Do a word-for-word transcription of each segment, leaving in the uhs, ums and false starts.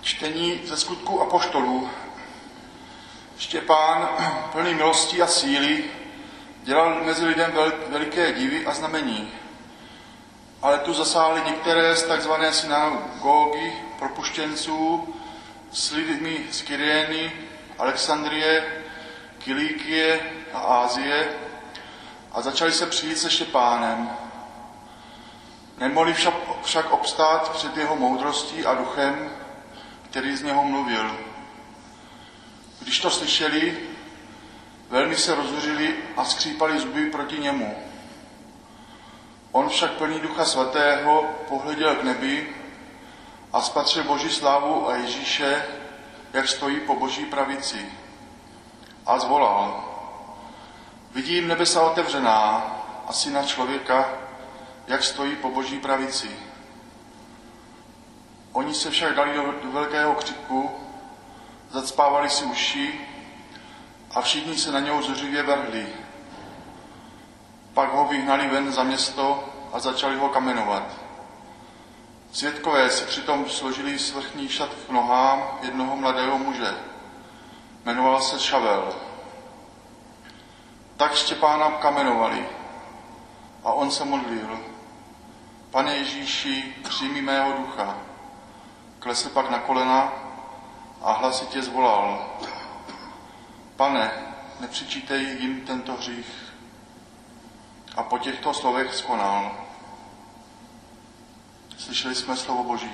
Čtení ze Skutků apoštolů. Štěpán, plný milostí a síly, dělal mezi lidem vel, veliké divy a znamení. Ale tu zasáhly některé z tzv. Synagogy propuštěnců s lidmi z Kyrény, Alexandrie, Kilíkie a Ázie a začali se přijít se Štěpánem. Nemohli však, však obstát před jeho moudrostí a duchem, který z něho mluvil. Když to slyšeli, velmi se rozhořili a skřípali zuby proti němu. On však plný Ducha Svatého pohleděl k nebi a spatřil Boží slávu a Ježíše, jak stojí po Boží pravici. A zvolal: Vidím nebesa otevřená a Syna člověka, jak stojí po Boží pravici. Oni se však dali do, do velkého křiku, zacpávali si uši a všichni se na něho zuřivě vrhli. Pak ho vyhnali ven za město a začali ho kamenovat. Svědkové si přitom složili svrchní šat k nohám jednoho mladého muže. Jmenoval se Šavel. Tak Štěpána kamenovali a on se modlil: Pane Ježíši, přijmi mého ducha. Klesl pak na kolena a hlasitě zvolal: Pane, nepřičítej jim tento hřích. A po těchto slovech skonal. Slyšeli jsme slovo Boží.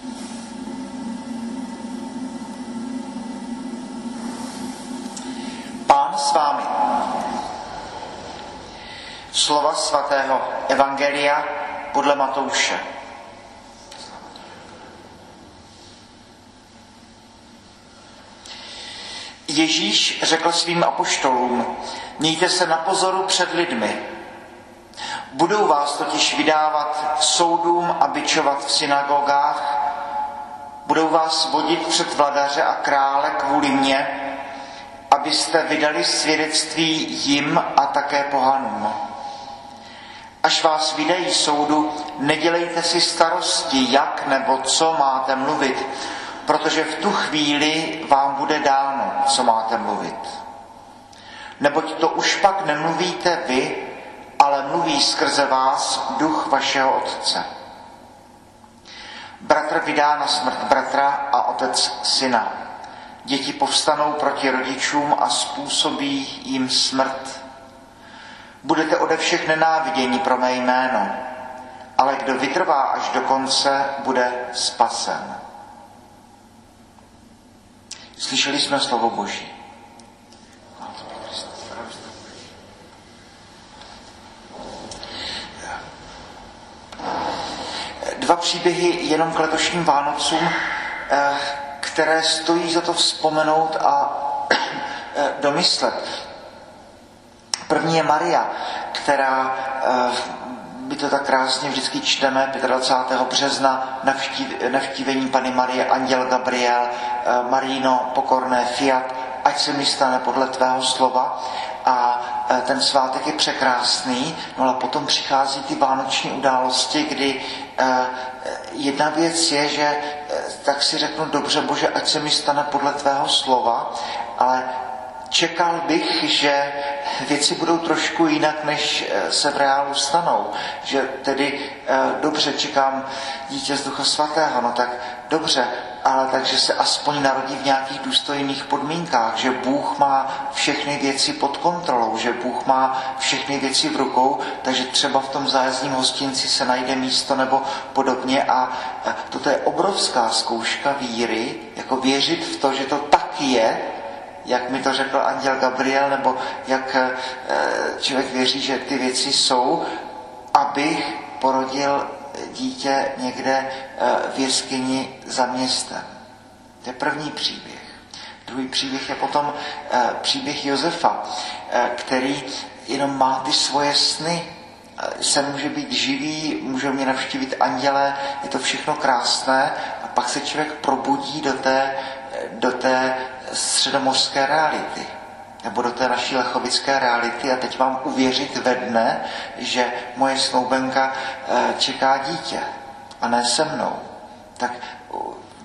Pán s vámi. Slova svatého Evangelia podle Matouše. Ježíš řekl svým apoštolům: Mějte se na pozoru před lidmi. Budou vás totiž vydávat soudům a bičovat v synagogách, budou vás vodit před vladaře a krále kvůli mně, abyste vydali svědectví jim a také pohanům. Až vás vydají soudu, nedělejte si starosti, jak nebo co máte mluvit, protože v tu chvíli vám bude dáno, co máte mluvit. Neboť to už pak nemluvíte vy, ale mluví skrze vás duch vašeho Otce. Bratr vydá na smrt bratra a otec syna. Děti povstanou proti rodičům a způsobí jim smrt. Budete ode všech nenáviděni pro mé jméno, ale kdo vytrvá až do konce, bude spasen. Slyšeli jsme slovo Boží. Dva příběhy jenom k letošním Vánocům, které stojí za to vzpomenout a domyslet. První je Maria, která, my to tak krásně vždycky čteme, dvacátého pátého března, navštívení Panny Marie, anděl Gabriel: Maríno, pokorné fiat, ať se mi stane podle tvého slova. A ten svátek je překrásný, no ale potom přichází ty vánoční události, kdy jedna věc je, že tak si řeknu: dobře Bože, ať se mi stane podle tvého slova, ale čekal bych, že věci budou trošku jinak, než se v reálu stanou. Že tedy dobře, čekám dítě z Ducha Svatého, no tak dobře, ale takže se aspoň narodí v nějakých důstojných podmínkách, že Bůh má všechny věci pod kontrolou, že Bůh má všechny věci v rukou, takže třeba v tom zájezdním hostinci se najde místo nebo podobně. A toto je obrovská zkouška víry, jako věřit v to, že to tak je, jak mi to řekl anděl Gabriel, nebo jak člověk věří, že ty věci jsou, abych porodil dítě někde v jeskyni za městem. To je první příběh. Druhý příběh je potom příběh Josefa, který jenom má ty svoje sny. Sen může být živý, můžou mě navštívit anděle, je to všechno krásné a pak se člověk probudí do té, do té středomořské reality. Nebo do té naší lechovické reality a teď mám uvěřit ve dne, že moje snoubenka čeká dítě a ne se mnou. Tak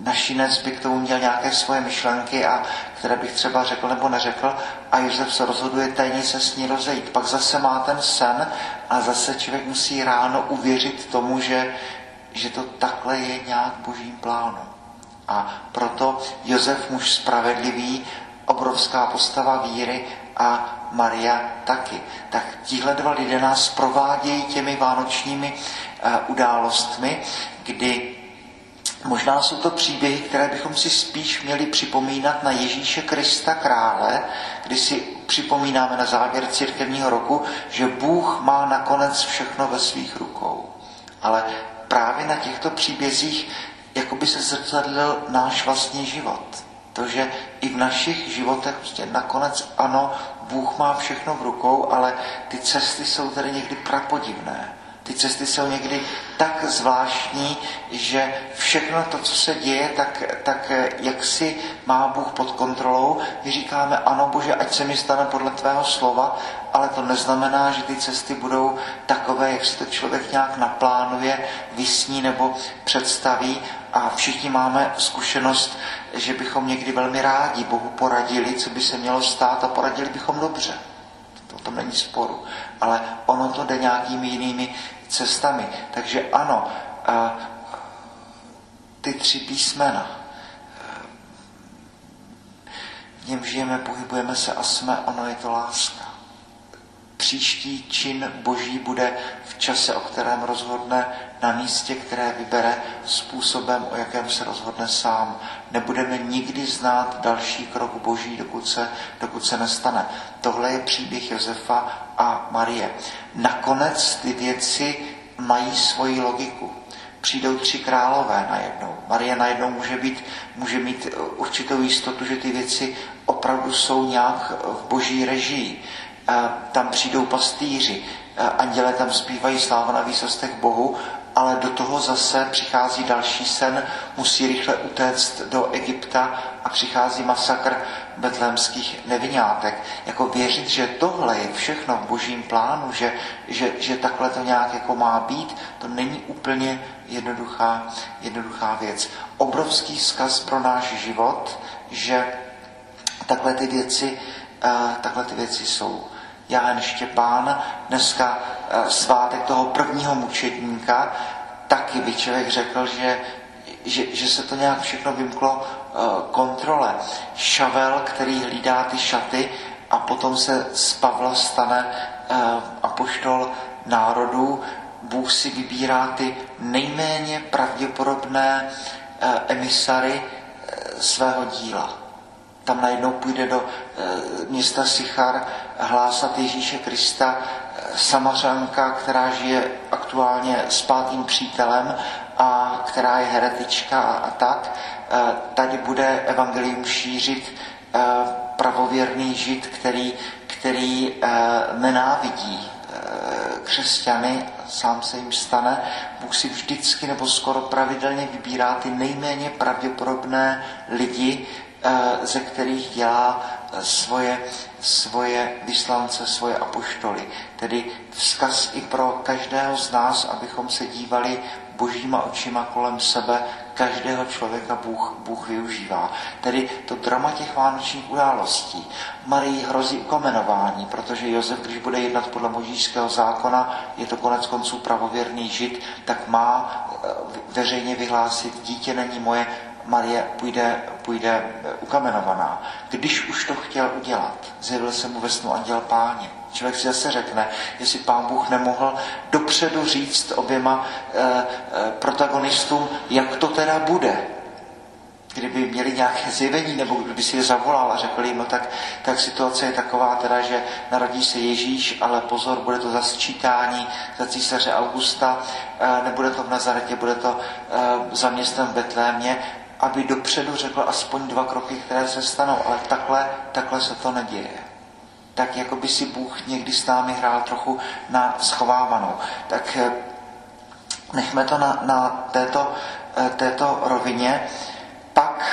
našinec by k tomu měl nějaké svoje myšlenky, a které bych třeba řekl nebo neřekl, a Josef se rozhoduje tajně se s ní rozejít. Pak zase má ten sen a zase člověk musí ráno uvěřit tomu, že, že to takhle je nějak v božím plánu. A proto Josef, muž spravedlivý, obrovská postava víry, a Maria taky. Tak tihle dva lidé nás provádějí těmi vánočními uh, událostmi, kdy možná jsou to příběhy, které bychom si spíš měli připomínat na Ježíše Krista krále, kdy si připomínáme na závěr církevního roku, že Bůh má nakonec všechno ve svých rukou. Ale právě na těchto příbězích jakoby se zrcadlil náš vlastní život. To, že i v našich životech prostě nakonec ano, Bůh má všechno v rukou, ale ty cesty jsou tady někdy prapodivné. Ty cesty jsou někdy tak zvláštní, že všechno to, co se děje, tak, tak jak si má Bůh pod kontrolou. My říkáme, ano Bože, ať se mi stane podle tvého slova, ale to neznamená, že ty cesty budou takové, jak si to člověk nějak naplánuje, vysní nebo představí. A všichni máme zkušenost, že bychom někdy velmi rádi Bohu poradili, co by se mělo stát, a poradili bychom dobře. O tom není sporu. Ale ono to jde nějakými jinými cestami. Takže ano, ty tři písmena, v něm žijeme, pohybujeme se a jsme, ono je to láska. Příští čin Boží bude v čase, o kterém rozhodne, na místě, které vybere, způsobem, o jakém se rozhodne sám. Nebudeme nikdy znát další krok Boží, dokud se, dokud se nestane. Tohle je příběh Josefa a Marie. Nakonec ty věci mají svoji logiku. Přijdou tři králové najednou. Marie najednou může, být, může mít určitou jistotu, že ty věci opravdu jsou nějak v Boží režii. Tam přijdou pastýři, anděle tam zpívají sláva na výsostech Bohu, ale do toho zase přichází další sen, musí rychle utéct do Egypta a přichází masakr betlémských nevinátek. Jako věřit, že tohle je všechno v Božím plánu, že, že, že takhle to nějak jako má být, to není úplně jednoduchá, jednoduchá věc. Obrovský vzkaz pro náš život, že takhle ty věci, uh, takhle ty věci jsou. Jan Štěpán, dneska svátek toho prvního mučedníka, taky by člověk řekl, že, že, že se to nějak všechno vymklo kontrole. Šavel, který hlídá ty šaty, a potom se z Pavla stane apoštol národů. Bůh si vybírá ty nejméně pravděpodobné emisary svého díla. Tam najednou půjde do e, města Sichar hlásat Ježíše Krista, e, Samařanka, která žije aktuálně s pátým přítelem a která je heretička a, a tak. E, tady bude evangelium šířit e, pravověrný Žid, který, který e, nenávidí e, křesťany, sám se jim stane. Bůh si vždycky nebo skoro pravidelně vybírá ty nejméně pravděpodobné lidi, ze kterých dělá svoje, svoje vyslance, svoje apoštoly. Tedy vzkaz i pro každého z nás, abychom se dívali božíma očima kolem sebe, každého člověka Bůh, Bůh využívá. Tedy to drama těch vánočních událostí. Marii hrozí ukamenování, protože Josef, když bude jednat podle mojžíšského zákona, je to konec konců pravověrný Žid, tak má veřejně vyhlásit, dítě není moje, Marie půjde, půjde ukamenovaná. Když už to chtěl udělat, zjevil se mu ve snu anděl Páně. Člověk si zase řekne, jestli Pán Bůh nemohl dopředu říct oběma e, e, protagonistům, jak to teda bude. Kdyby měli nějaké zjevení, nebo kdyby si je zavolal a řekl jim, no tak, tak situace je taková teda, že narodí se Ježíš, ale pozor, bude to za sčítání za císaře Augusta, e, nebude to v Nazaretě, bude to e, za městem v Betlémě, aby dopředu řekl aspoň dva kroky, které se stanou, ale takhle, takhle se to neděje. Tak jako by si Bůh někdy s námi hrál trochu na schovávanou. Tak nechme to na, na této, této rovině. Pak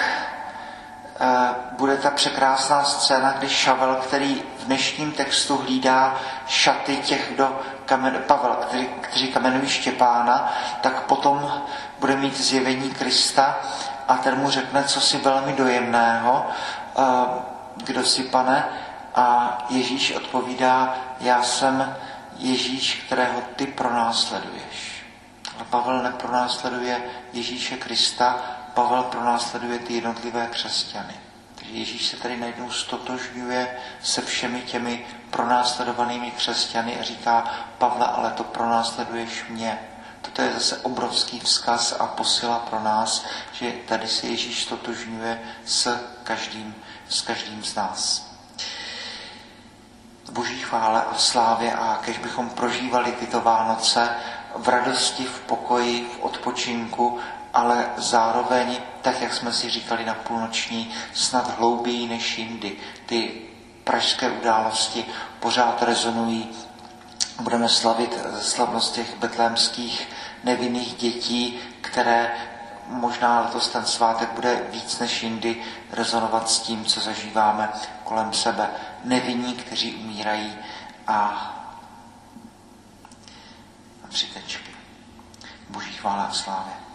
bude ta překrásná scéna, kdy Šavel, který v dnešním textu hlídá šaty těch, kdo kamen, Pavel, kteří, kteří kamenují Štěpána, tak potom bude mít zjevení Krista a ten mu řekne cosi velmi dojemného, kdo jsi, Pane? A Ježíš odpovídá, já jsem Ježíš, kterého ty pronásleduješ. Ale Pavel nepronásleduje Ježíše Krista, Pavel pronásleduje ty jednotlivé křesťany. Takže Ježíš se tady najednou stotožňuje se všemi těmi pronásledovanými křesťany a říká, Pavle, ale to pronásleduješ mě. Toto je zase obrovský vzkaz a posila pro nás, že tady se Ježíš stotožňuje s každým, s každým z nás. V Boží chvále a slávě a kež bychom prožívali tyto Vánoce v radosti, v pokoji, v odpočinku, ale zároveň, tak jak jsme si říkali na půlnoční, snad hlouběji než jindy. Ty pražské události pořád rezonují. Budeme slavit slavnost těch betlémských nevinných dětí, které možná letos ten svátek bude víc než jindy rezonovat s tím, co zažíváme kolem sebe. Nevinní, kteří umírají a, a tři tečky. Boží chvála a slávě.